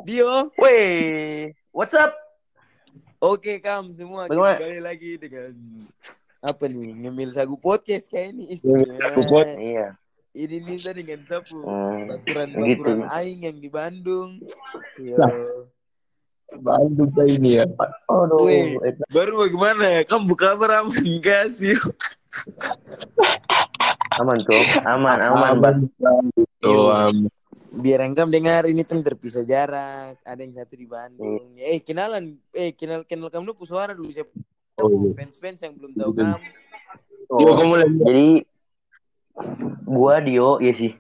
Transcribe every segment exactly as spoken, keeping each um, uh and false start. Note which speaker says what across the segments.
Speaker 1: Dio.
Speaker 2: Weh, what's up?
Speaker 1: Oke, Kam, semua
Speaker 2: Bagaimana?
Speaker 1: kembali lagi dengan apa nih? Ngemil Sagu Podcast kayak ini
Speaker 3: Sagu Pod.
Speaker 1: istimewa.
Speaker 2: Iya.
Speaker 1: Ini Nisa dengan Sapu.
Speaker 2: Hmm,
Speaker 1: Baturan-baturan
Speaker 2: gitu.
Speaker 1: aing yang di Bandung.
Speaker 3: Nah,
Speaker 1: Yo.
Speaker 3: Bandung kayak ini ya.
Speaker 2: Aduh,
Speaker 1: Weh,
Speaker 2: itu
Speaker 1: baru bagaimana? Kamu buka kabar aman gak sih?
Speaker 2: aman tuh, aman, aman, Mbak.
Speaker 3: Oh,
Speaker 1: Yo.
Speaker 3: um,
Speaker 1: Biar engkau dengar ini tuh terpisah jarak. Ada yang satu di
Speaker 2: Iya.
Speaker 1: Bandung. Eh, kenalan. Eh, kenal kenal kamu dulu suara dulu siapa?
Speaker 3: Oh, iya.
Speaker 1: Fans-fans yang belum tahu kamu.
Speaker 3: Dio, kamu mulai.
Speaker 2: Jadi gua Dio, ya sih.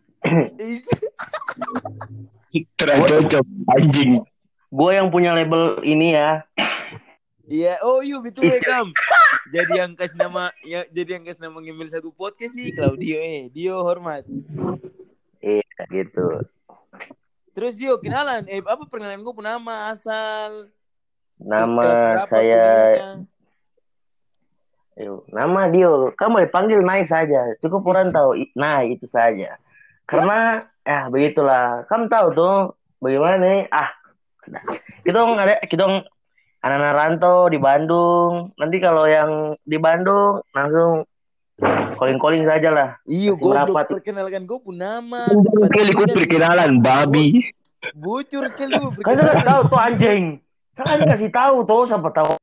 Speaker 3: Terus cocok anjing.
Speaker 2: Gua yang punya label ini ya.
Speaker 1: Iya, oh iya betul ya Kam. Jadi yang kasih nama ya jadi yang kasih nama ngemil satu podcast nih Claudio eh. Dio hormat.
Speaker 2: Iya, gitu.
Speaker 1: Terus Dio kenalan eh apa perkenalan gue pun nama asal
Speaker 2: Nama
Speaker 1: kelas berapa
Speaker 2: saya
Speaker 1: kuliahnya?
Speaker 2: Yo, nama Dio. Kamu boleh panggil naik saja. Cukup orang tahu. I- Nah, itu saja. Karena ya begitulah. Kamu tahu tuh bagaimana nih? Ah, kita dong ada kita dong anak-anak rantau di Bandung. Nanti kalau yang di Bandung langsung calling-calling saja lah.
Speaker 1: Iya
Speaker 2: Masih
Speaker 1: goblok
Speaker 2: merapat.
Speaker 1: perkenalkan gue pun nama
Speaker 3: Sekali ikut perkenalan babi.
Speaker 1: bocor sekali dulu
Speaker 2: Kan saya
Speaker 1: perkenalan.
Speaker 2: tahu tuh anjing. Saya kan kasih tahu tuh siapa tahu.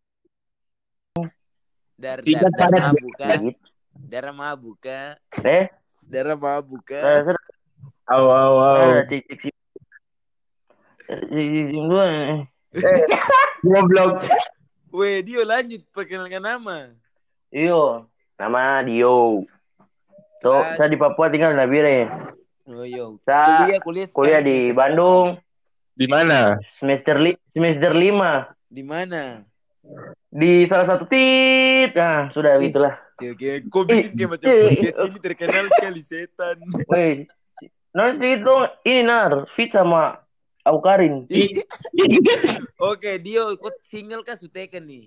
Speaker 1: Dar
Speaker 3: Tidak
Speaker 1: dar dar
Speaker 3: pada
Speaker 1: mabuk kan?
Speaker 2: Gitu.
Speaker 1: Darah mabuk kan?
Speaker 2: Eh,
Speaker 1: Darah mabuk
Speaker 2: saya
Speaker 1: kan?
Speaker 2: saya
Speaker 3: Aw, aw, aw.
Speaker 2: saya cik cik sim. Cik cik sim dua.
Speaker 3: Eh, goblok.
Speaker 1: Weh Dio lanjut perkenalkan nama.
Speaker 2: Iyo, nama Dio. Tuh,
Speaker 1: Kelas.
Speaker 2: saya di Papua tinggal di Nabire.
Speaker 1: Oh iya.
Speaker 2: Saya
Speaker 1: Kuliah kuliah
Speaker 2: kuliah
Speaker 1: sekarang
Speaker 2: di
Speaker 1: semester
Speaker 2: Bandung
Speaker 3: Di mana?
Speaker 2: semester li semester lima
Speaker 1: berapa? Di mana?
Speaker 2: di salah satu tit. Nah, sudah
Speaker 1: Eh.
Speaker 2: gitulah.
Speaker 1: Oke, kok bikin kayak macam
Speaker 2: Eh.
Speaker 1: podcast ini terkenal sekali setan.
Speaker 2: Woi, nah itu ini nar fit sama Aukarin.
Speaker 1: Oke, Dio, kok single kah Suteken nih?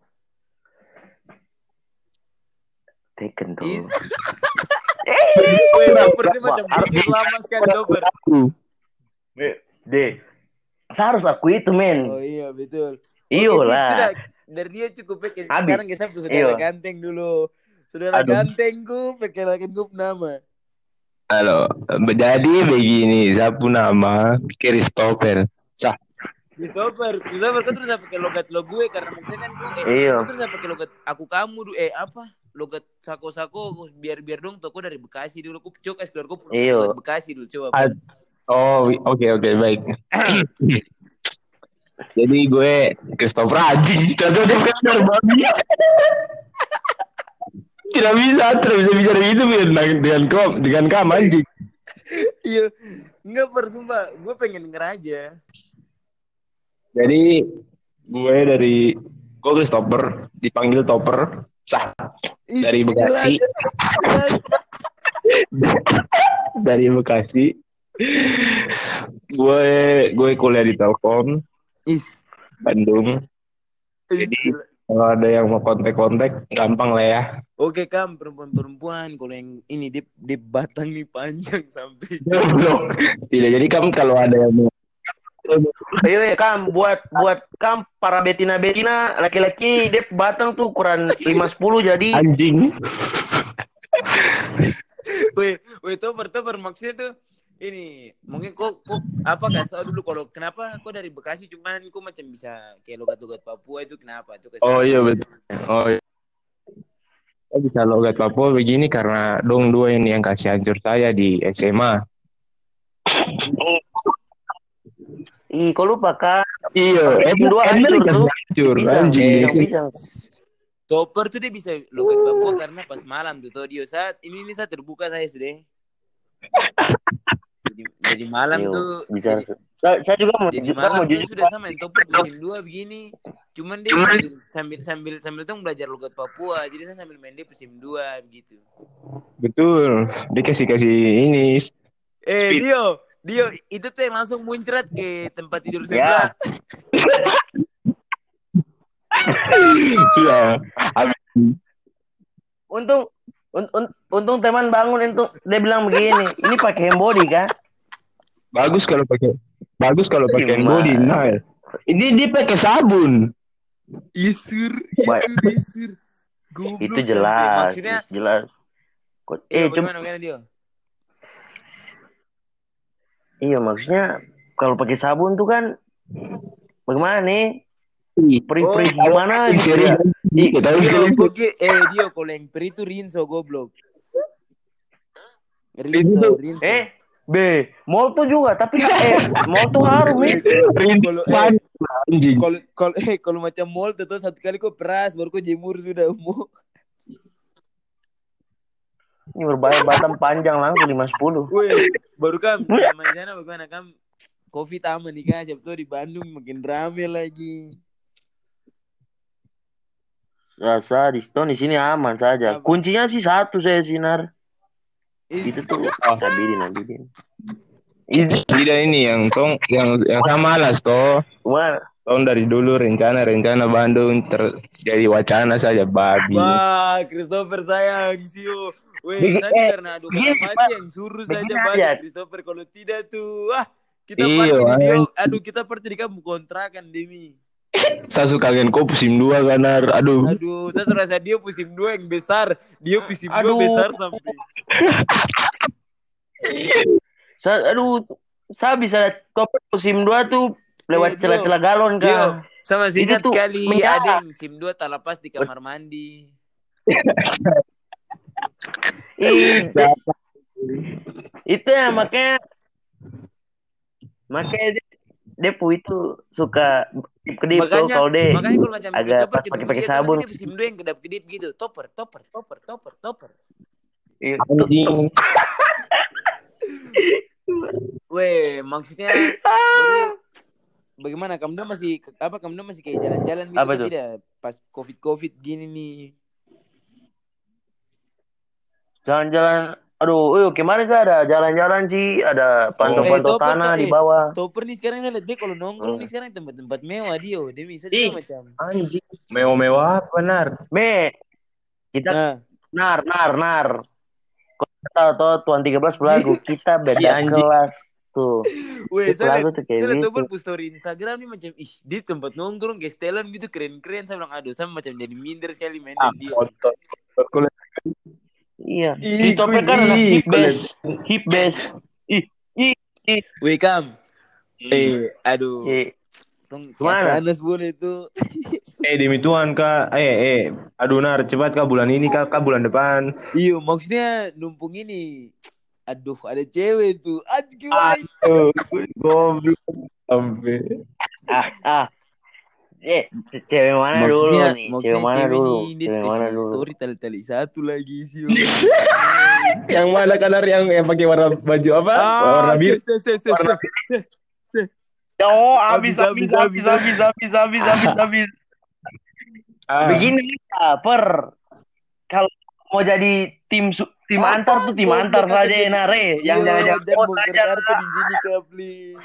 Speaker 2: Taken tuh.
Speaker 1: Is. Weh, Doper dia macam bikin lama sekali Doper.
Speaker 2: Deh, saya harus aku itu men.
Speaker 1: Oh iya, betul.
Speaker 2: Iyo
Speaker 1: Oke, sih,
Speaker 2: lah.
Speaker 1: sudah. Dari dia cukup pakai.
Speaker 2: Habis.
Speaker 1: Sekarang kita saudara
Speaker 2: Iyo.
Speaker 1: ganteng dulu. Saudara
Speaker 3: Aduh.
Speaker 1: gantengku, perkenalkan gue nama.
Speaker 3: Halo, jadi begini, Zapu nama Christopher. Sah.
Speaker 1: Christopher, Christopher, kau terus pakai logat lo gue karena maksudnya kan gue, eh,
Speaker 2: Iya.
Speaker 1: kau terus pakai logat aku kamu dulu, eh apa? Logat sako-sako biar biar dong toko dari Bekasi dulu. Aku coba kasih keluar gue
Speaker 2: Iya.
Speaker 1: logat Bekasi dulu coba.
Speaker 3: Ad- Oh, oke oke baik. Jadi gue Christopher anjing, tidak benar babi. Tidak bisa, tidak bisa bicara gitu dengan dengan kamu, dengan kamu anjing.
Speaker 1: Iya, enggak persumpah, gue pengen denger aja.
Speaker 3: Jadi gue dari gue Christopher dipanggil Topper, sah
Speaker 1: Ih,
Speaker 3: dari Bekasi,
Speaker 1: jelas, jelas.
Speaker 3: dari Bekasi. Gue gue kuliah di Telkom
Speaker 1: Is,
Speaker 3: Bandung.
Speaker 1: is,
Speaker 3: Jadi
Speaker 1: jelas.
Speaker 3: kalau ada yang mau kontak-kontak gampang lah ya.
Speaker 1: Oke Kam, perempuan-perempuan kalau yang ini di di batang nih panjang sampai
Speaker 3: Belum. Tidak, jadi kamu kalau ada yang mau
Speaker 2: Ayo ya Kam, buat buat Kam para betina betina laki-laki dia batang tuh ukuran lima sepuluh jadi.
Speaker 3: anjing.
Speaker 1: Weh, weh Toper, Toper maksudnya tuh ini mungkin kok kok apa kasih tau dulu kalau kenapa kok dari Bekasi cuman kok macam bisa kayak logat-logat Papua itu kenapa tuh kasih
Speaker 3: Oh
Speaker 1: tahu.
Speaker 3: iya betul. Oh iya. Saya bisa logat Papua begini karena dong dua ini yang kasih hancur saya di S M A.
Speaker 2: Ih, kok lupa Kak?
Speaker 3: Iya,
Speaker 2: Pakai
Speaker 3: emang
Speaker 2: dua
Speaker 3: emang
Speaker 2: hancur
Speaker 3: dikasih
Speaker 2: tuh.
Speaker 3: hancur,
Speaker 2: Bisa,
Speaker 3: anjing.
Speaker 1: Eh,
Speaker 2: bisa, bisa.
Speaker 1: Topper tuh dia bisa logat Papua karena pas malam tuh tuh dia saat ini ini saat terbuka saya sudah. Jadi, jadi malam
Speaker 2: Iyo,
Speaker 1: tuh
Speaker 2: bisa.
Speaker 1: jadi,
Speaker 2: Saya, saya juga mau
Speaker 1: jadi
Speaker 2: jujur, saya
Speaker 1: malam
Speaker 2: mau
Speaker 1: tuh
Speaker 2: jujur.
Speaker 1: sudah sama yang Topper musim dua begini. Cuman dia sambil sambil sambil sambil tuh belajar logat Papua. Jadi saya sambil main dia musim dua begitu.
Speaker 3: Betul. Dia kasih-kasih ini.
Speaker 1: Eh
Speaker 3: Speed.
Speaker 1: Dio, Dio itu tuh yang langsung muncrat ke tempat tidur
Speaker 2: Ya.
Speaker 1: sebelah.
Speaker 3: Sudah. Habis.
Speaker 2: Untung un- un- untung teman bangun itu dia bilang begini, ini pakai hand body kan?
Speaker 3: Bagus kalau pakai Bagus kalau pakai
Speaker 2: Gimana?
Speaker 3: body. Nah, ini dia pakai sabun.
Speaker 1: Isur,
Speaker 2: Baik.
Speaker 1: isur, isur. Goblok
Speaker 2: Itu
Speaker 1: sampai.
Speaker 2: jelas,
Speaker 1: Maksudnya,
Speaker 2: itu jelas. Kok-
Speaker 1: iya
Speaker 2: Eh, coba,
Speaker 1: bagaimana, bagaimana dia?
Speaker 2: iya maksudnya kalau pakai sabun tuh kan bagaimana nih? Perih-perih
Speaker 1: Oh,
Speaker 2: gimana gitu
Speaker 3: Seri
Speaker 2: ya? Ih,
Speaker 3: kita tahu
Speaker 1: Dio,
Speaker 3: sekali itu.
Speaker 1: kok ki- eh Dio, kalau yang peri itu Rinso goblok.
Speaker 3: Itu
Speaker 1: Rinso, Rinso.
Speaker 2: eh, B, Molto juga, tapi eh, Molto harum
Speaker 1: Weh,
Speaker 2: nih.
Speaker 1: kalau
Speaker 3: Rindu
Speaker 1: kalau eh
Speaker 3: pan anjing.
Speaker 1: kalau kalau eh kalau macam mall tuh satu kali kok peras baru kok jemur sudah mau.
Speaker 2: Ini berbahaya batang panjang langsung lima sepuluh.
Speaker 1: Weh, baru kam sama di sana bagaimana kam? Covid aman nih kan, siapa tahu di Bandung makin rame lagi.
Speaker 2: Rasa di di sini aman saja.
Speaker 1: Apa?
Speaker 2: Kuncinya sih satu saya Sinar.
Speaker 1: Ih,
Speaker 2: Itu tuh
Speaker 3: Oh.
Speaker 2: Abidin, Abidin.
Speaker 3: Ini tidak ini yang tong yang yang sama alas toh.
Speaker 2: Wah,
Speaker 3: Tahun dari dulu rencana-rencana Bandung terjadi wacana saja babi.
Speaker 1: Wah, Christopher sayang sio. Weh,
Speaker 2: Begini,
Speaker 1: tadi
Speaker 2: eh,
Speaker 1: karena adu
Speaker 2: begini,
Speaker 1: kalamati
Speaker 2: Pak.
Speaker 1: yang suruh
Speaker 2: Begini
Speaker 1: saja
Speaker 2: aja.
Speaker 1: balik Christopher. Kalau tidak tuh, wah kita
Speaker 3: Iya,
Speaker 1: parkir di dia.
Speaker 3: anjing.
Speaker 1: Aduh, kita parkir di kamu kontrakan demi.
Speaker 3: Saya suka kangen kok musim dua kanar. Aduh.
Speaker 1: Aduh, saya serasa dia musim dua yang besar. Dia musim dua
Speaker 2: Aduh.
Speaker 1: besar sampai.
Speaker 2: Sa- aduh, saya bisa top musim dua tuh lewat
Speaker 1: Eh, Dio.
Speaker 2: celah-celah galon
Speaker 1: Dio,
Speaker 2: kah?
Speaker 1: sama masih
Speaker 2: Itu
Speaker 1: ingat
Speaker 2: tuh
Speaker 1: sekali
Speaker 2: menyala.
Speaker 1: ada yang SIM dua tak lepas di kamar mandi.
Speaker 2: Itu, itu ya makanya makanya dia, dia pu itu suka kedip tuh
Speaker 1: Makanya,
Speaker 2: kalau dia
Speaker 1: makanya kalau macam
Speaker 2: agak
Speaker 1: Christopher
Speaker 2: pas
Speaker 1: ketemu
Speaker 2: pakai pakai
Speaker 1: dia tuh
Speaker 2: sabun.
Speaker 1: nanti dia SIM dua yang kedap-kedip gitu. Topper, topper, topper, topper, topper.
Speaker 2: Iya.
Speaker 3: Anjing.
Speaker 1: Weh, maksudnya baru bagaimana kamu dua masih apa kamu dua masih kayak jalan-jalan gitu
Speaker 2: Apa
Speaker 1: kan
Speaker 2: tuh?
Speaker 1: tidak pas covid covid gini nih.
Speaker 2: Jalan-jalan, aduh, uh, kemarin saya ada jalan-jalan sih, ada pantau-pantau
Speaker 1: Eh, Topper
Speaker 2: tanah
Speaker 1: tuh,
Speaker 2: di
Speaker 1: eh,
Speaker 2: bawah.
Speaker 1: Topper nih sekarang saya lihat dia kalau nongkrong
Speaker 2: Hmm.
Speaker 1: nih sekarang tempat-tempat mewah dia, dia bisa
Speaker 2: Ih,
Speaker 1: juga macam.
Speaker 2: anjing.
Speaker 3: Mewah-mewah benar.
Speaker 2: Me, kita
Speaker 1: Nah,
Speaker 2: nar, nar, nar. Kau tahu tuh Tuan tiga belas belagu, kita beda
Speaker 3: Iya, anjing.
Speaker 2: kelas tuh.
Speaker 1: weh,
Speaker 2: Itu
Speaker 1: saya
Speaker 2: lagu
Speaker 1: lihat,
Speaker 2: tuh
Speaker 1: saya
Speaker 2: kayak
Speaker 1: lihat
Speaker 2: gitu.
Speaker 1: Topper post story Instagram nih macam, ih, di tempat nongkrong kayak setelan gitu keren-keren. Saya bilang, aduh, saya macam jadi minder sekali main
Speaker 3: Ah,
Speaker 1: dengan dia.
Speaker 3: foto. Kulit.
Speaker 2: Iya.
Speaker 3: Ih,
Speaker 2: Si Topper kan
Speaker 3: ih,
Speaker 2: anak hip
Speaker 3: kulit.
Speaker 2: bass, hip bass. Ih, ih, ih.
Speaker 1: Weh, Kam, eh, aduh,
Speaker 2: Eh,
Speaker 1: tong
Speaker 2: Gimana?
Speaker 1: Anas boleh tuh.
Speaker 3: Eh demi Tuhan kak, eh eh, aduh nar cepat kak bulan ini kak, kak bulan depan.
Speaker 1: Iya, maksudnya numpung ini. Aduh, ada cewek tuh. Aduh, gimana?
Speaker 3: Aduh, goblok sampai.
Speaker 2: ah, ah. Eh, ce- cewek mana dulu
Speaker 1: Maksudnya,
Speaker 2: nih?
Speaker 1: maksudnya
Speaker 2: Cewek mana
Speaker 1: cewek
Speaker 2: dulu?
Speaker 1: nih dia
Speaker 2: Cewek mana
Speaker 1: kasih
Speaker 2: dulu?
Speaker 1: story tali-tali satu lagi sih.
Speaker 3: Yang mana kanar yang yang pakai warna baju apa? warna biru.
Speaker 1: se, se, se,
Speaker 3: Warna
Speaker 1: se.
Speaker 2: Oh,
Speaker 1: Habis,
Speaker 2: habis, habis,
Speaker 1: habis,
Speaker 2: habis, habis, habis, habis, habis, habis.
Speaker 3: Ah.
Speaker 2: Begini ya, per. Kalau mau jadi tim su- tim
Speaker 1: Apa?
Speaker 2: antar tuh tim
Speaker 1: Goblok
Speaker 2: antar
Speaker 1: akan
Speaker 2: saja
Speaker 1: jadi-
Speaker 2: ya, Nare. Yang
Speaker 1: Yo,
Speaker 2: jangan-jangan
Speaker 1: dan
Speaker 2: post
Speaker 1: bongkar
Speaker 2: saja.
Speaker 1: kartu di sini kak, please.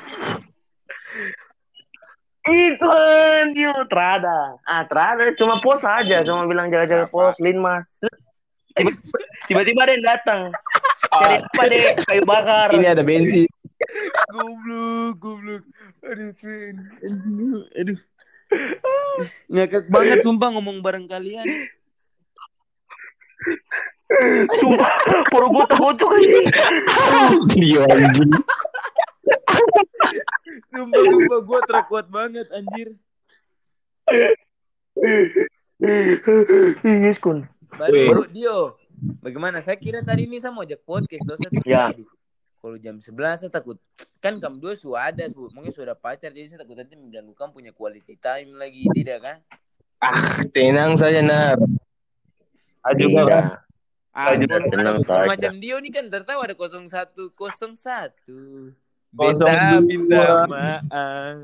Speaker 2: Itu kan, yo, terada. Ah, terada cuma post aja, cuma bilang jaga-jaga
Speaker 3: Apa?
Speaker 2: post, Linmas. Tiba- Tiba-tiba ada yang datang. Cari apa deh? Kayu bakar.
Speaker 3: Ini ada bensin.
Speaker 1: Goblok, goblok. Aduh, Twin. Aduh, aduh. Ngakak banget sumpah ngomong bareng kalian.
Speaker 2: Sumpah, poro gotok-gotok aja.
Speaker 3: Dia anjing.
Speaker 1: Sumpah, sumpah gue terkuat banget anjir.
Speaker 2: Yes, kun.
Speaker 1: Baru Dio. Bagaimana? Saya kira tadi ini saya mau ajak podcast dosa terus.
Speaker 2: Ya.
Speaker 1: Aduh, kalau jam sebelas saya takut. Kan kamu dua sudah ada, su- mungkin sudah pacar, jadi saya takut nanti mengganggu kamu punya quality time lagi, tidak kan?
Speaker 3: Ah, tenang saja nar. Ah juga
Speaker 2: Tidak.
Speaker 3: kan.
Speaker 1: Ah,
Speaker 2: Aduh,
Speaker 1: kalau
Speaker 2: tenang
Speaker 1: macam, kalau
Speaker 2: saja.
Speaker 1: macam Dio nih kan tertawa ada kosong satu kosong satu.
Speaker 3: Kosong
Speaker 1: Beta
Speaker 3: dua.
Speaker 1: minta maaf.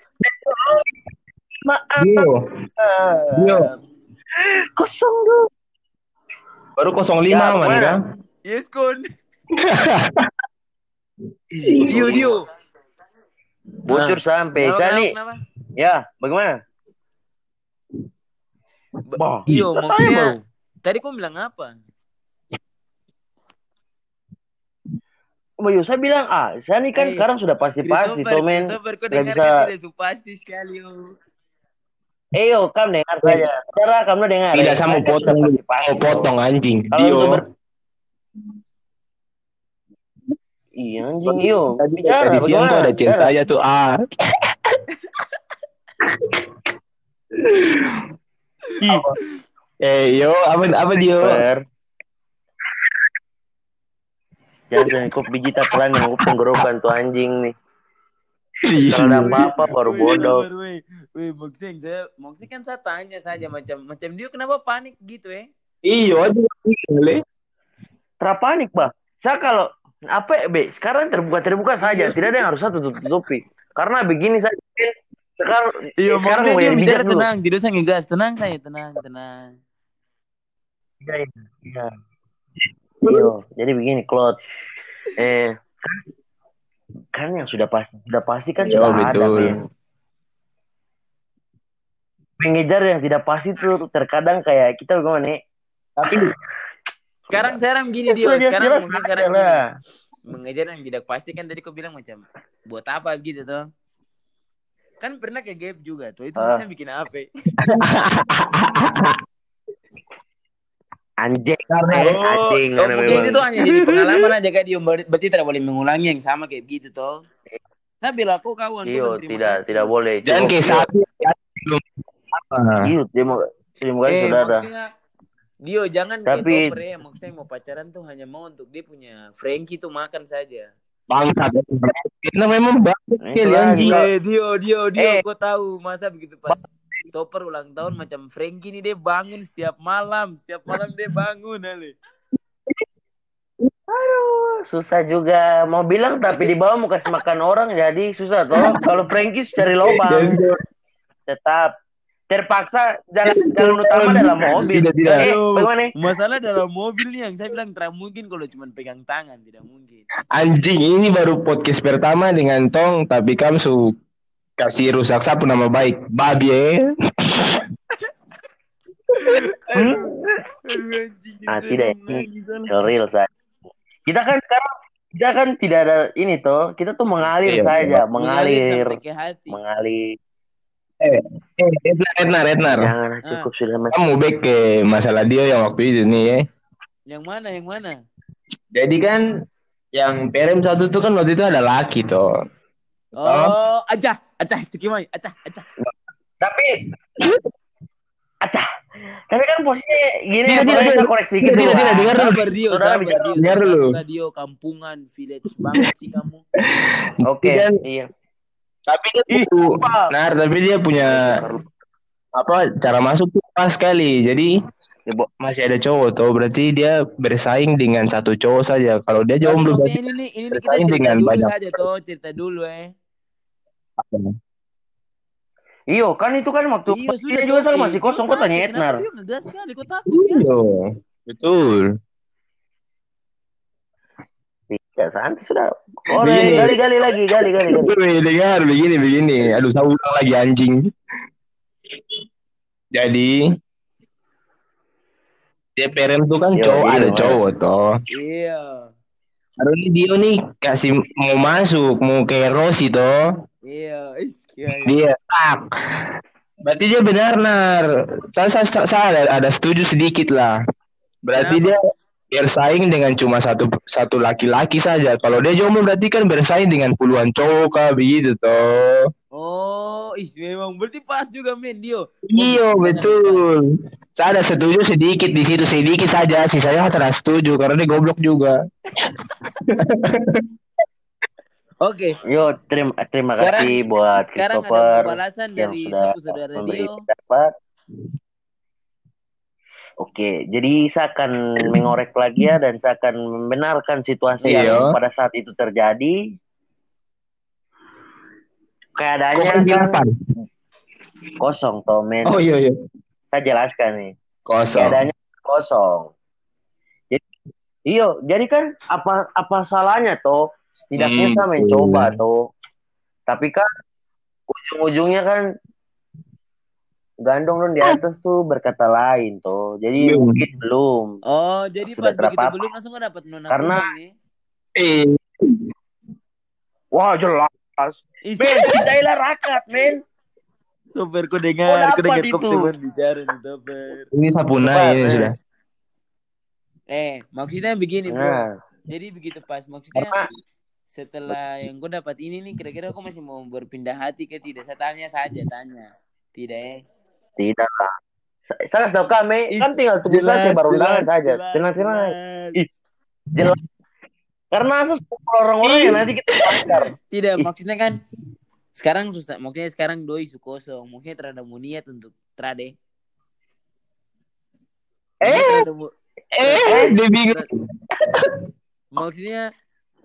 Speaker 2: Maaf.
Speaker 3: Dio. Dio.
Speaker 2: Kosong tuh.
Speaker 3: Baru kosong lima
Speaker 2: Ya,
Speaker 3: man
Speaker 2: mana?
Speaker 3: kan?
Speaker 1: Yes, Kun. Dio, Dio.
Speaker 2: Bocor sampai
Speaker 1: Kenapa,
Speaker 2: kali.
Speaker 1: kenapa, kenapa?
Speaker 2: Ya, bagaimana?
Speaker 1: Ba-
Speaker 2: Bah,
Speaker 1: Iyo,
Speaker 2: katanya
Speaker 1: maksudnya
Speaker 2: baru.
Speaker 1: tadi kau bilang apa?
Speaker 2: Mbak Yusa bilang, ah, saya nih kan
Speaker 1: Eh,
Speaker 2: sekarang sudah pasti-pasti,
Speaker 1: Christopher,
Speaker 2: toh men.
Speaker 1: Christopher, kau
Speaker 2: Nggak
Speaker 1: dengar
Speaker 2: bisa,
Speaker 1: kan tidak supasti sekali, oh.
Speaker 2: eh yo, kamu dengar saja. Saudara, kamu dengar,
Speaker 3: Tidak,
Speaker 2: eh.
Speaker 3: saya
Speaker 2: Saya
Speaker 3: mau
Speaker 2: kan sudah
Speaker 3: potong dulu.
Speaker 2: pasti-pasti,
Speaker 3: Mau
Speaker 2: toh.
Speaker 3: potong anjing.
Speaker 2: Kalau
Speaker 3: Dio.
Speaker 2: untuk ber... Iya anjing, iyo.
Speaker 3: Tadi
Speaker 2: Bicara,
Speaker 3: tadi siang tuh
Speaker 2: bagaimana?
Speaker 3: ada
Speaker 2: Bicara.
Speaker 3: ceritanya tuh. Ah. Eh, yo, apa apa Dio?
Speaker 2: Per. Jangan kok biji telan yang gue tenggorokan tuh anjing nih. Kalau ada apa-apa baru bodoh.
Speaker 1: Wih, wih, maksudnya saya, maksudnya kan saya tanya saja macam, macam dia kenapa panik gitu eh?
Speaker 3: Iyo, boleh.
Speaker 2: Terpanik bah. Saya kalau apa be sekarang terbuka terbuka saja, tidak ada yang harus satu tutupi. Karena begini saja. Sekarang
Speaker 1: Iya,
Speaker 2: eh, sekarang
Speaker 1: maksudnya
Speaker 2: mau
Speaker 1: dia
Speaker 2: jadi bijak
Speaker 1: bicara
Speaker 2: dulu.
Speaker 1: tenang, tidak usah ngegas, tenang saya, tenang, tenang.
Speaker 2: Iya, iya. Iya, jadi begini, Claude. Eh, kan yang sudah pasti, sudah pasti kan
Speaker 3: Yo,
Speaker 2: sudah ada,
Speaker 3: betul.
Speaker 2: men. Mengejar yang tidak pasti tuh terkadang kayak kita bagaimana nih?
Speaker 3: Tapi
Speaker 1: Sekarang sekarang gini dia,
Speaker 2: sudah
Speaker 1: sekarang
Speaker 2: jelas-jelas
Speaker 1: mungkin
Speaker 2: ada
Speaker 1: sekarang gini.
Speaker 2: lah.
Speaker 1: Mengejar yang tidak pasti kan tadi kau bilang macam buat apa gitu tuh. Kan pernah ke gap juga tuh, itu
Speaker 2: Ah.
Speaker 1: maksudnya bikin apa?
Speaker 2: Anjing,
Speaker 1: Oh,
Speaker 2: eh, anjing.
Speaker 1: oh
Speaker 2: mana
Speaker 1: mungkin
Speaker 2: memang.
Speaker 1: itu tuh hanya jadi pengalaman aja kak dia, berarti tidak boleh mengulangi yang sama kayak begitu toh. Nah bila aku kawan
Speaker 2: Iyo,
Speaker 1: tuh terima
Speaker 2: tidak,
Speaker 1: kasih.
Speaker 2: tidak boleh.
Speaker 3: jangan
Speaker 2: Cukup,
Speaker 3: kayak
Speaker 2: iyo.
Speaker 3: sapi.
Speaker 2: Iyo, terima, terima kasih
Speaker 1: Eh
Speaker 2: saudara.
Speaker 1: maksudnya Dio jangan
Speaker 2: Tapi-
Speaker 1: kayak topper ya, maksudnya mau pacaran tuh hanya mau untuk dia punya Frankie tuh makan saja.
Speaker 3: Bangsat. Kita memang bangsat
Speaker 2: Ini
Speaker 3: sekali
Speaker 2: lagi.
Speaker 3: anjing.
Speaker 1: Eh Dio, Dio, Dio,
Speaker 2: Eh.
Speaker 1: kau tahu masa begitu pas topper ulang tahun macam Frankie nih dia bangun setiap malam, setiap malam dia bangun ale.
Speaker 2: Aduh, susah juga. Mau bilang tapi di bawah mau kasih makan orang jadi susah toh. Kalau Frankie cari lubang. Tetap terpaksa jalan jalan utama dalam mobil.
Speaker 3: Tidak, tidak.
Speaker 2: Eh,
Speaker 1: Aduh,
Speaker 2: bagaimana?
Speaker 1: masalah dalam mobil nih yang saya bilang tidak mungkin kalau cuma pegang tangan, tidak mungkin.
Speaker 3: Anjing, ini baru podcast pertama dengan Tong, tapi kamu su kasih rusak sapu nama baik. Babi eh.
Speaker 2: Hmm?
Speaker 1: Aduh, anjing,
Speaker 2: Ah,
Speaker 1: itu
Speaker 2: tidak
Speaker 1: emang
Speaker 2: ini
Speaker 1: nangis, Ale.
Speaker 2: real saja. Kita kan sekarang kita kan tidak ada ini toh. Kita tuh mengalir
Speaker 3: Iya,
Speaker 2: saja,
Speaker 1: Mengalir
Speaker 2: mengalir,
Speaker 1: sampai ke hati.
Speaker 2: mengalir.
Speaker 3: Eh, eh, Ednar, Ednar, Ednar.
Speaker 2: Jangan
Speaker 1: Ah.
Speaker 2: cukup sudah mas.
Speaker 3: Kamu back ke masalah dia yang waktu itu nih ya.
Speaker 1: Yang mana, yang mana?
Speaker 3: Jadi kan yang Perem satu tuh kan waktu itu ada laki toh.
Speaker 1: Oh, acah, acah, cekimai, acah, acah.
Speaker 2: Tapi acah. Tapi kan posisinya gini
Speaker 3: Tidak,
Speaker 2: ya,
Speaker 3: tidak,
Speaker 2: saya
Speaker 3: tidak.
Speaker 2: koreksi sedikit
Speaker 3: Tidak,
Speaker 2: dulu.
Speaker 3: tidak,
Speaker 2: ah.
Speaker 3: dengar dulu.
Speaker 1: Sabar Dio,
Speaker 2: Saudara
Speaker 1: sabar
Speaker 2: bicara.
Speaker 1: Dio,
Speaker 3: Dengar
Speaker 1: sabar
Speaker 3: dulu.
Speaker 1: Sabar, Dio, kampungan, village banget sih kamu.
Speaker 2: Oke,
Speaker 3: Kan,
Speaker 2: iya.
Speaker 3: tapi dia
Speaker 2: Ih,
Speaker 3: tuh,
Speaker 2: sumpah.
Speaker 3: nah, tapi dia punya apa cara masuk tuh pas sekali. Jadi
Speaker 2: Ya, Bo.
Speaker 3: masih ada cowok tuh, berarti dia bersaing dengan satu cowok saja. Kalau dia
Speaker 1: Tapi
Speaker 3: jomblo
Speaker 1: maksudnya
Speaker 3: berarti
Speaker 1: ini nih, ini nih kita
Speaker 3: bersaing
Speaker 1: cerita
Speaker 3: dengan
Speaker 1: dulu
Speaker 3: banyak.
Speaker 1: saja toh, cerita dulu eh.
Speaker 2: Iyo, kan itu kan waktu
Speaker 1: Iya sudah
Speaker 2: dia juga
Speaker 1: toh,
Speaker 2: sama
Speaker 1: eh,
Speaker 2: masih
Speaker 1: Dio
Speaker 2: kosong. Kok tanya
Speaker 1: sakit,
Speaker 2: Etnar?
Speaker 1: Kenapa Dio ngegas sekali, kok takut ya?
Speaker 3: Iya, betul.
Speaker 2: Tidak, santai sudah. Oh,
Speaker 3: Begini.
Speaker 2: gali-gali lagi, gali-gali.
Speaker 3: Wih, dengar begini begini. Aduh, saya ulang lagi anjing. Jadi dia Perem tuh kan
Speaker 2: Yo,
Speaker 3: cowok
Speaker 2: jadi
Speaker 3: ada
Speaker 2: gimana?
Speaker 3: cowok toh.
Speaker 1: Iya,
Speaker 3: Baru ini Dio nih kasih mau masuk mau kayak Rossi toh.
Speaker 1: iya, ih, iya, iya.
Speaker 3: Dia tak. Berarti dia benar nar. Saya, saya, saya ada, ada setuju sedikit lah. Berarti
Speaker 1: Kenapa?
Speaker 3: dia bersaing dengan cuma satu satu laki-laki saja. Kalau dia jomblo berarti kan bersaing dengan puluhan cowok kah begitu toh.
Speaker 1: Oh, ih, memang berarti pas juga men Dio.
Speaker 3: Iya betul. Saya ada setuju sedikit di situ sedikit saja. Sisanya tidak setuju karena dia goblok juga.
Speaker 1: Oke,
Speaker 2: Yo, terima terima
Speaker 1: Sekarang-
Speaker 2: kasih buat
Speaker 1: sekarang ada
Speaker 2: Christopher
Speaker 1: pembalasan
Speaker 2: yang
Speaker 1: dari
Speaker 2: sudah
Speaker 1: sapu saudara
Speaker 2: memberi
Speaker 1: Dio.
Speaker 2: pendapat. Oke, jadi saya akan mengorek lagi ya dan saya akan membenarkan situasi
Speaker 3: Iya.
Speaker 2: yang pada saat itu terjadi. Keadaannya
Speaker 3: Kosong
Speaker 2: kan
Speaker 3: delapan.
Speaker 2: kosong, toh men.
Speaker 3: Oh iya iya.
Speaker 2: Saya jelaskan nih.
Speaker 3: Kosong.
Speaker 2: Keadaannya kosong. Jadi, iyo, jadi kan apa apa salahnya toh? Setidaknya
Speaker 3: Hmm,
Speaker 2: saya mencoba
Speaker 3: betul.
Speaker 2: toh. Tapi kan ujung-ujungnya kan gandong dong di atas tuh berkata lain toh. Jadi
Speaker 3: Belum.
Speaker 2: mungkin belum.
Speaker 1: Oh, jadi
Speaker 2: Sudah
Speaker 1: pas begitu
Speaker 2: terpapar.
Speaker 1: belum langsung nggak dapat nona
Speaker 2: Karena-
Speaker 1: kuning nih.
Speaker 3: Eh,
Speaker 2: Wah jelas. Men, cintailah rakyat, men.
Speaker 1: Toper, kau dengar, kau
Speaker 2: dapat
Speaker 1: dengar kau
Speaker 2: itu.
Speaker 1: teman bicara nih, Toper.
Speaker 3: Ini Sapuna
Speaker 2: Toper,
Speaker 3: ini
Speaker 2: eh.
Speaker 3: sudah.
Speaker 1: Eh, maksudnya begini, bro.
Speaker 2: Nah.
Speaker 1: Jadi begitu pas, maksudnya
Speaker 2: Karena
Speaker 1: setelah yang kau dapat ini nih, kira-kira kau masih mau berpindah hati ke tidak? Saya tanya saja, tanya. Tidak eh?
Speaker 2: tidak lah. Saya kasih tahu kami,
Speaker 1: Is,
Speaker 2: kan tinggal tunggu
Speaker 1: jelas,
Speaker 2: saja baru undangan
Speaker 1: jelas,
Speaker 2: saja.
Speaker 1: jelas,
Speaker 2: Tenang-tenang.
Speaker 1: jelas.
Speaker 2: Ih, jelas. Karena sesuatu orang-orang yang nanti kita pacar.
Speaker 1: Tidak, maksudnya kan sekarang susah, maksudnya sekarang doi isu kosong, mungkin terhadap niat untuk trade.
Speaker 2: Eh,
Speaker 1: terhadap,
Speaker 3: Eh, dia bingung.
Speaker 1: maksudnya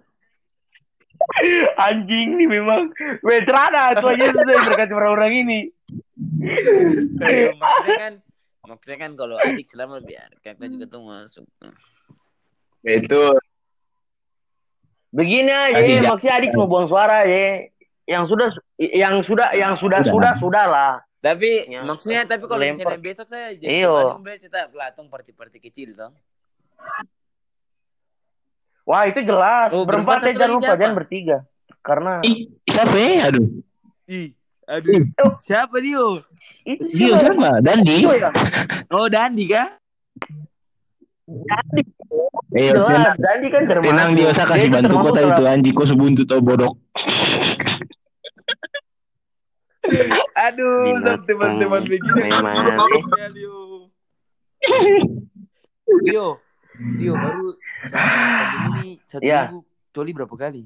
Speaker 2: anjing nih memang veterana tuh aja susah berkati orang-orang ini.
Speaker 1: ayo, maksudnya kan, maksudnya kan kalau adik selama biar kakak juga tuh masuk.
Speaker 3: Itu.
Speaker 2: Begini aja,
Speaker 3: Adik,
Speaker 2: maksudnya adik mau buang suara ya. Yang sudah, yang sudah, yang sudah, sudah, sudah lah.
Speaker 1: Tapi
Speaker 2: Ya,
Speaker 1: maksudnya tapi kalau
Speaker 2: lempar.
Speaker 1: misalnya besok saya jadi
Speaker 2: Iyo.
Speaker 1: Bandung boleh cerita pelatong party-party kecil toh.
Speaker 2: Wah itu jelas.
Speaker 1: Oh,
Speaker 2: berempat
Speaker 1: berempat
Speaker 2: ya
Speaker 1: satu
Speaker 2: jangan
Speaker 1: lagi
Speaker 2: lupa,
Speaker 1: siapa?
Speaker 2: jangan bertiga. Karena
Speaker 3: Ih, siapa ya? Aduh.
Speaker 1: Ih, aduh.
Speaker 2: Oh.
Speaker 1: Siapa Dio?
Speaker 2: itu
Speaker 3: Dia siapa? Dandi.
Speaker 2: Dio ya.
Speaker 1: Oh, Dandi kah?
Speaker 2: Dandi.
Speaker 3: Eh,
Speaker 2: Jelas,
Speaker 3: tenang,
Speaker 2: Dandi kan termasuk.
Speaker 3: tenang dia usah kasih
Speaker 2: Dia itu
Speaker 3: bantu
Speaker 2: termasuk
Speaker 3: kota
Speaker 2: dalam-
Speaker 3: itu anjing kok sebuntu tau bodok.
Speaker 1: Aduh,
Speaker 2: Binatang.
Speaker 1: teman-teman begini.
Speaker 2: Memang.
Speaker 1: Dio. Dio. Dio baru sama pandemi ini satu
Speaker 2: Ya.
Speaker 1: minggu coli berapa kali?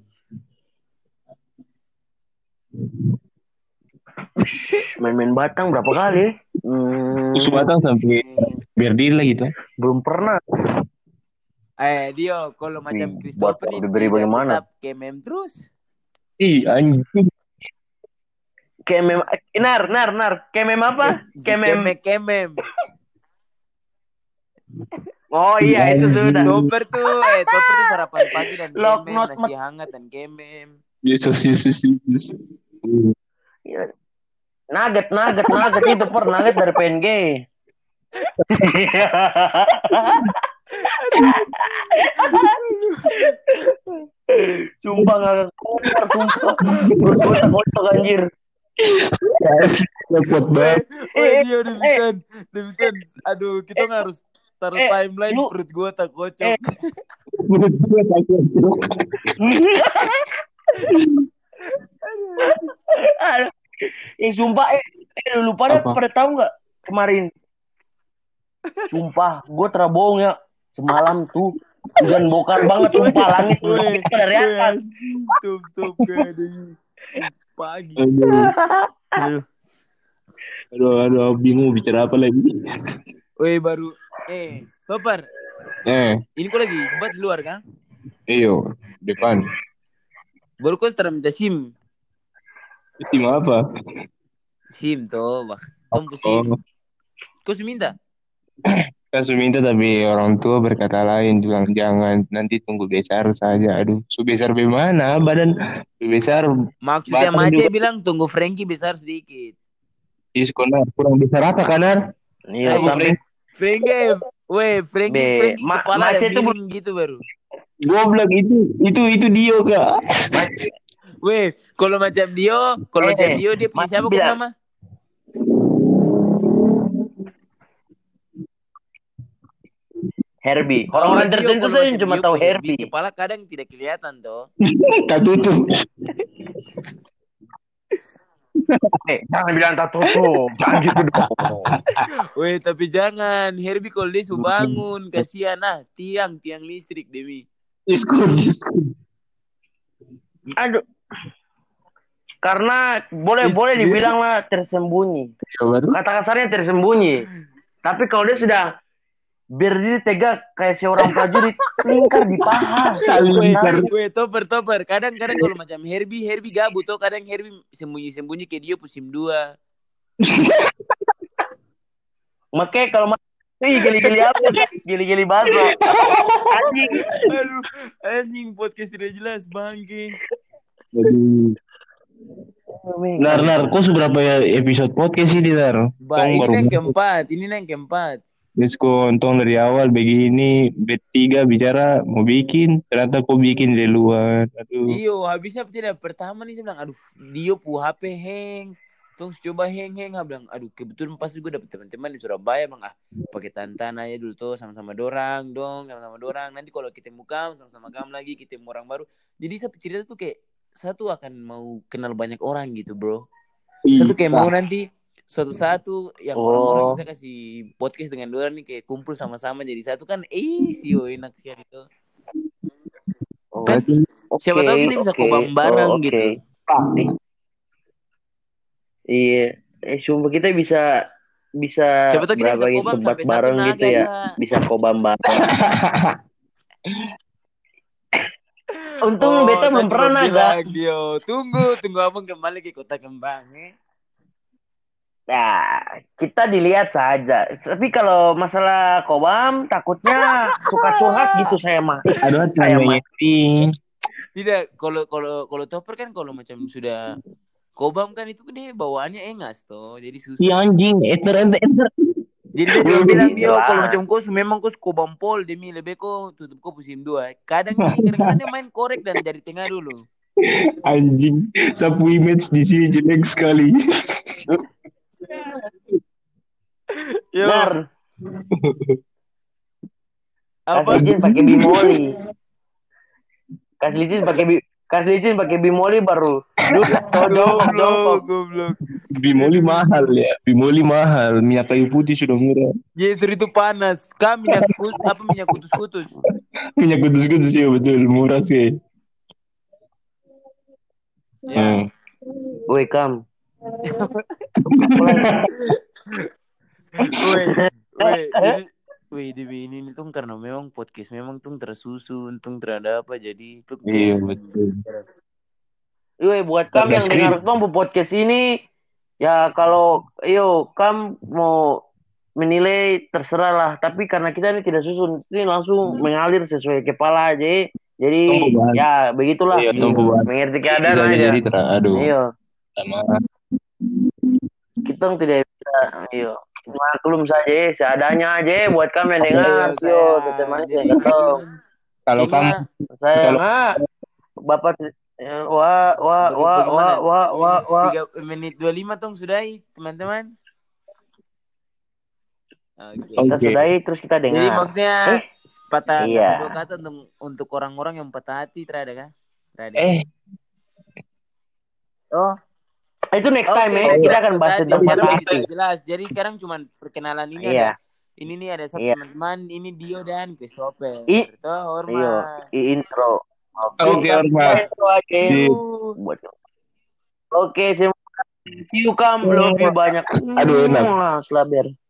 Speaker 2: Main-main Batang berapa kali? Hmm,
Speaker 3: Terus batang sampai biar diri lah gitu.
Speaker 2: belum pernah.
Speaker 1: Eh, Dio, kalau macam
Speaker 2: Wih,
Speaker 1: Christopher
Speaker 2: buat
Speaker 1: ini
Speaker 2: diberi
Speaker 1: tidak
Speaker 2: bagaimana?
Speaker 1: tetap kemem terus.
Speaker 3: Ih, anjing.
Speaker 2: Kemem, nar, nar, nar. Kemem apa? Kemem.
Speaker 1: Kemem, kemem.
Speaker 2: Oh iya itu sudah.
Speaker 1: Topper tuh, eh Topper tuh sarapan pagi dan
Speaker 2: Lock
Speaker 1: kemem,
Speaker 2: not
Speaker 1: nasi hangat dan kemem.
Speaker 3: Yesus, Yesus, Yesus.
Speaker 2: Iya. Nugget, nugget, nugget itu per nugget dari P N G. Sumpah nggak keluar, sumpah. Perut gue kotak anjir.
Speaker 3: Cepet banget.
Speaker 1: Oh
Speaker 2: Eh,
Speaker 1: dia demikian, demikian. Aduh, kita nggak harus taruh
Speaker 2: eh,
Speaker 1: timeline
Speaker 2: lu-
Speaker 1: perut gua tak kocok.
Speaker 2: Eh.
Speaker 3: Menurut gue takut.
Speaker 2: Aduh. Eh sumpah eh, eh lu pada
Speaker 3: Apa?
Speaker 2: pada tahu nggak kemarin? Sumpah, gue terbohong ya. Semalam tuh hujan bokar banget sumpah langit
Speaker 1: Woi,
Speaker 2: kita dari
Speaker 1: woi,
Speaker 2: atas.
Speaker 1: anjing, stop, stop, gak ada ini. Pagi.
Speaker 3: Aduh. Aduh. Aduh, aduh, bingung bicara apa lagi.
Speaker 1: Woi, baru, eh, Topper,
Speaker 3: Eh,
Speaker 1: ini kok lagi sempat di luar kan?
Speaker 3: iyo, depan.
Speaker 1: Baru kau setelah minta SIM.
Speaker 3: Tim apa?
Speaker 1: SIM toh, bah. Kamu SIM.
Speaker 3: Oh,
Speaker 1: Kau sudah minta?
Speaker 3: kan sudah minta tapi orang tua berkata lain, bilang jangan, nanti tunggu besar saja. Aduh, su besar bagaimana? Badan su besar,
Speaker 1: Maksudnya
Speaker 3: Batang
Speaker 1: Mace
Speaker 3: juga.
Speaker 1: bilang tunggu Frankie besar sedikit.
Speaker 3: is konar, kurang besar apa kanar?
Speaker 2: Iya,
Speaker 1: Ayo,
Speaker 2: sampai
Speaker 1: Frankie, weh, Frankie,
Speaker 2: Be,
Speaker 1: Frankie
Speaker 2: Ma-
Speaker 1: kepala
Speaker 2: Mace
Speaker 1: ada
Speaker 2: itu
Speaker 1: miring gitu baru.
Speaker 3: Goblok itu, itu itu Dio kak.
Speaker 1: Weh, kalau macam Dio, kalau
Speaker 2: Eh,
Speaker 1: macam Dio dia punya
Speaker 2: Mas
Speaker 1: siapa kok
Speaker 2: bilang-
Speaker 1: nama?
Speaker 2: Herbie.
Speaker 1: Kalau
Speaker 2: Orang-orang
Speaker 1: Dio,
Speaker 2: tertentu
Speaker 1: kalau
Speaker 2: saja
Speaker 1: macam
Speaker 2: cuma
Speaker 1: Dio,
Speaker 2: tahu
Speaker 1: Herbie,
Speaker 2: Herbie.
Speaker 1: Kepala kadang tidak kelihatan toh.
Speaker 3: Tak tutup.
Speaker 2: Eh, jangan bilang tak tutup. Jangan gitu dong.
Speaker 1: Weh, tapi jangan. Herbie kalau dia suruh bangun, kasihan ah, tiang, tiang listrik demi.
Speaker 3: Diskur, diskur.
Speaker 2: Aduh. Karena boleh
Speaker 1: Is-
Speaker 2: boleh dibilang lah tersembunyi.
Speaker 3: Ya, baru.
Speaker 2: Kata kasarnya tersembunyi. Tapi kalau dia sudah berdiri tegak kayak seorang prajurit, lingkar di paha.
Speaker 1: Weh,
Speaker 3: Lingkar.
Speaker 1: weh, topper, topper. Kadang-kadang kalau macam Herbie, Herbie gabut toh. Kadang Herbie sembunyi-sembunyi kayak dia pusim dua.
Speaker 2: Makanya kalau ma- Ih, geli-geli apa? Geli-geli bakso. Anjing.
Speaker 1: Aduh, anjing podcast tidak jelas, bangke.
Speaker 3: Aduh. Nar, nar, kok seberapa ya episode podcast ini, Nar?
Speaker 1: Bah,
Speaker 3: Tong
Speaker 1: ini
Speaker 3: baru
Speaker 1: yang keempat, ini yang keempat.
Speaker 3: Terus kok untung dari awal begini, bet tiga bicara mau bikin, ternyata kok bikin di luar. Aduh.
Speaker 1: Iyo, habisnya tidak pertama nih saya bilang, aduh, Dio pu H P hang. Terus coba hang hang, saya bilang, aduh, kebetulan pas gue dapet teman-teman di Surabaya, bang, ah, pakai tantan aja dulu tuh, sama-sama dorang, dong, sama-sama dorang. Nanti kalau kita muka, sama-sama kamu lagi, kita orang baru. Jadi saya cerita tuh kayak satu akan mau kenal banyak orang gitu, bro. Satu kayak mau nanti suatu satu yang
Speaker 2: Oh.
Speaker 1: orang-orang bisa kasih podcast dengan dorang nih kayak kumpul sama-sama jadi satu kan, eh, sio enak sih itu.
Speaker 2: Oh,
Speaker 1: Kan
Speaker 2: oke,
Speaker 1: siapa tahu kita bisa
Speaker 2: oke.
Speaker 1: kobam bareng
Speaker 2: Oh, oke.
Speaker 1: gitu.
Speaker 2: Pasti. Iya, eh sumpah kita bisa bisa
Speaker 1: Siapa tahu kita bisa
Speaker 2: berbagi
Speaker 1: kobam
Speaker 2: sebat
Speaker 1: sampai satu
Speaker 2: bareng
Speaker 1: naga
Speaker 2: gitu ya.
Speaker 1: ya.
Speaker 2: Bisa kobam bareng. Untung
Speaker 1: Oh,
Speaker 2: beta belum
Speaker 1: tadi
Speaker 2: pernah
Speaker 1: gua
Speaker 2: naga.
Speaker 1: bilang dia, tunggu, tunggu abang kembali ke kota kembang eh.
Speaker 2: Nah, kita dilihat saja. Tapi kalau masalah kobam, takutnya suka curhat gitu saya mah.
Speaker 3: Aduh,
Speaker 2: Saya mah.
Speaker 3: meeting.
Speaker 1: Tidak, kalau kalau kalau topper kan kalau macam sudah kobam kan itu dia bawaannya engas toh, jadi susah.
Speaker 3: Iya anjing, eter eter eter.
Speaker 1: Jadi dia juga bilang dia
Speaker 2: Lah.
Speaker 1: kalau macam kau memang kau kobam pol demi lebih kau tutup kau musim dua. Kadang nih kadang-kadang dia main korek dan dari tengah dulu.
Speaker 3: Anjing, sapu image di sini jelek sekali.
Speaker 1: Yo,
Speaker 2: Benar.
Speaker 1: apa?
Speaker 2: Kasih izin pakai bimoli. Kasih izin pakai bi kasih izin pakai bimoli baru. Duh, jongkok jongkok.
Speaker 1: Goblok.
Speaker 3: Bimoli mahal ya, bimoli mahal. Minyak kayu putih sudah murah.
Speaker 1: Justru itu panas. Kami minyak kus, apa minyak kutus-kutus.
Speaker 3: Minyak kudus-kudus ya betul, murah sih.
Speaker 1: Ya.
Speaker 3: Hmm.
Speaker 2: Woi, Kam.
Speaker 1: Woi, woi, jadi woi di ini nih tuh karena memang podcast memang tuh tersusun, tuh terada apa jadi tuh
Speaker 3: Iya betul.
Speaker 2: Woi, buat Kam yang dengar tuh podcast ini, ya kalau yo Kam mau menilai terserah lah. Tapi karena kita ini tidak susun, ini langsung mengalir sesuai kepala aja. Jadi ya begitulah.
Speaker 3: Iya,
Speaker 2: mengerti keadaan aja.
Speaker 3: Jadi terang, aduh.
Speaker 2: Iya.
Speaker 3: Sama.
Speaker 2: Kita tidak bisa, iyo. Maklum saja, seadanya aja buat kami yang dengar.
Speaker 1: Ayo,
Speaker 2: Yo,
Speaker 1: saya-
Speaker 2: teteh manis
Speaker 1: jadi
Speaker 2: yang ketong.
Speaker 3: Kalau
Speaker 1: Kayaknya-
Speaker 3: kamu
Speaker 2: Saya
Speaker 3: Kalau-
Speaker 2: nggak, bapak, eh, wah, wah,
Speaker 1: Baga-
Speaker 2: wah,
Speaker 1: bagaimana?
Speaker 2: wah, wah, wah, wah.
Speaker 1: tiga menit dua puluh lima tong sudahi, teman-teman. Oke.
Speaker 2: Kita
Speaker 3: Oke.
Speaker 2: sudahi terus kita dengar.
Speaker 1: Jadi maksudnya
Speaker 2: Eh,
Speaker 1: patah
Speaker 2: iya.
Speaker 1: kata dua kata untuk untuk orang-orang yang patah hati terada kan? Terada.
Speaker 3: eh
Speaker 1: Oh,
Speaker 2: itu next time
Speaker 1: oke,
Speaker 2: ya. Kita akan bahas
Speaker 1: tadi
Speaker 2: tentang
Speaker 1: jelas,
Speaker 2: patah hati.
Speaker 1: jelas. Jadi sekarang cuma perkenalan ini
Speaker 2: Iya.
Speaker 1: ada. Ini nih ada satu
Speaker 2: Iya.
Speaker 1: teman-teman, ini Dio dan Christopher.
Speaker 2: I-
Speaker 1: Tuh,
Speaker 2: Iyo,
Speaker 1: hormat.
Speaker 2: i intro. Oke,
Speaker 3: Oke,
Speaker 2: kita
Speaker 3: hormat.
Speaker 2: intro aja.
Speaker 3: Sip.
Speaker 2: Buat- Oke, semoga see you Kam lebih banyak.
Speaker 3: Aduh, enak.
Speaker 2: Hmm, selaber.